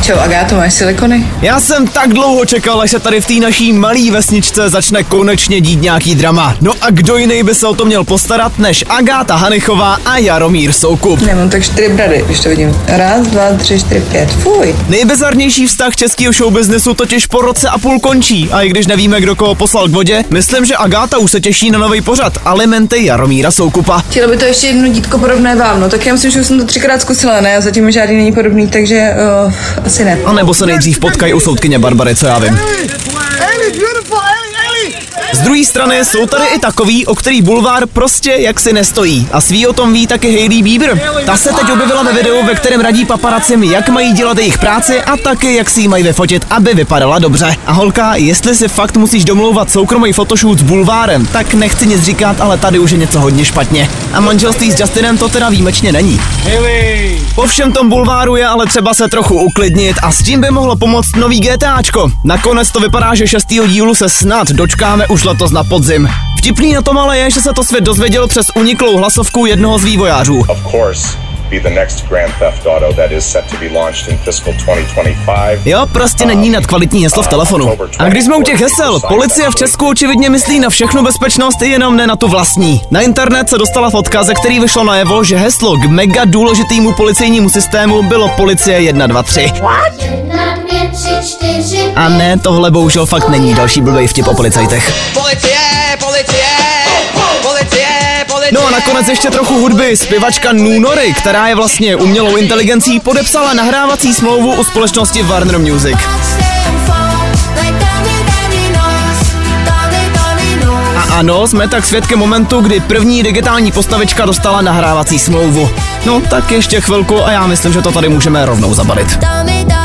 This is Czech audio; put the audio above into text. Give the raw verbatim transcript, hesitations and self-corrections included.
Čau, Agáto, máš silikony? Já jsem tak dlouho čekal, až se tady v té naší malý vesničce začne konečně dít nějaký drama. No a kdo jiný by se o to měl postarat, než Agáta Hanichová a Jaromír Soukup. Nemám tak čtyři brady, když to vidím. Raz, dva, tři, čtyři, pět, fuj. Nejbizarnější vztah českého showbiznesu totiž po roce a půl končí. A i když nevíme, kdo koho poslal k vodě, myslím, že Agáta už se těší na nový pořad Alimenty Jaromíra Soukupa. Chtělo by to ještě jedno dítko podobné vám, no tak já myslím, že už jsem to třikrát zkusila, ne? A zatím žádný není podobný, takže uh, asi ne. A nebo se nejdřív potkají u soudkyně Barbary, co já vím. Z druhé strany jsou tady i takový, o který bulvár prostě jaksi nestojí. A svý o tom ví taky Hailey Bieber. Ta se teď objevila ve videu, ve kterém radí paparacím, jak mají dělat jejich práci a taky jak si ji mají vyfotit, aby vypadala dobře. A holka, jestli si fakt musíš domlouvat soukromý photoshoot s bulvárem, tak nechci nic říkat, ale tady už je něco hodně špatně. A manželství s Justinem to teda výjimečně není. Hailey. Po všem tom bulváru je ale třeba se trochu uklidnit a s tím by mohlo pomoct nový GTAčko. Nakonec to vypadá, že šestýho dílu se snad dočkáme už letos na podzim. Vtipný na tom ale je, že se to svět dozvěděl přes uniklou hlasovku jednoho z vývojářů. Jo, prostě není nadkvalitní heslo v telefonu. A když jsme u těch hesel, policie v Česku očividně myslí na všechnu bezpečnost, jenom ne na tu vlastní. Na internet se dostala fotka, ze který vyšlo najevo, že heslo k mega důležitýmu policejnímu systému bylo policie jedna dva tři. A ne, tohle bohužel fakt není další blbej vtip o policajtech. Policie, policie, policie, policie. No a nakonec ještě trochu hudby. Zpěvačka Nunory, která je vlastně umělou inteligencí, podepsala nahrávací smlouvu u společnosti Warner Music. A ano, jsme tak svědkem momentu, kdy první digitální postavička dostala nahrávací smlouvu. No tak ještě chvilku a já myslím, že to tady můžeme rovnou zabalit.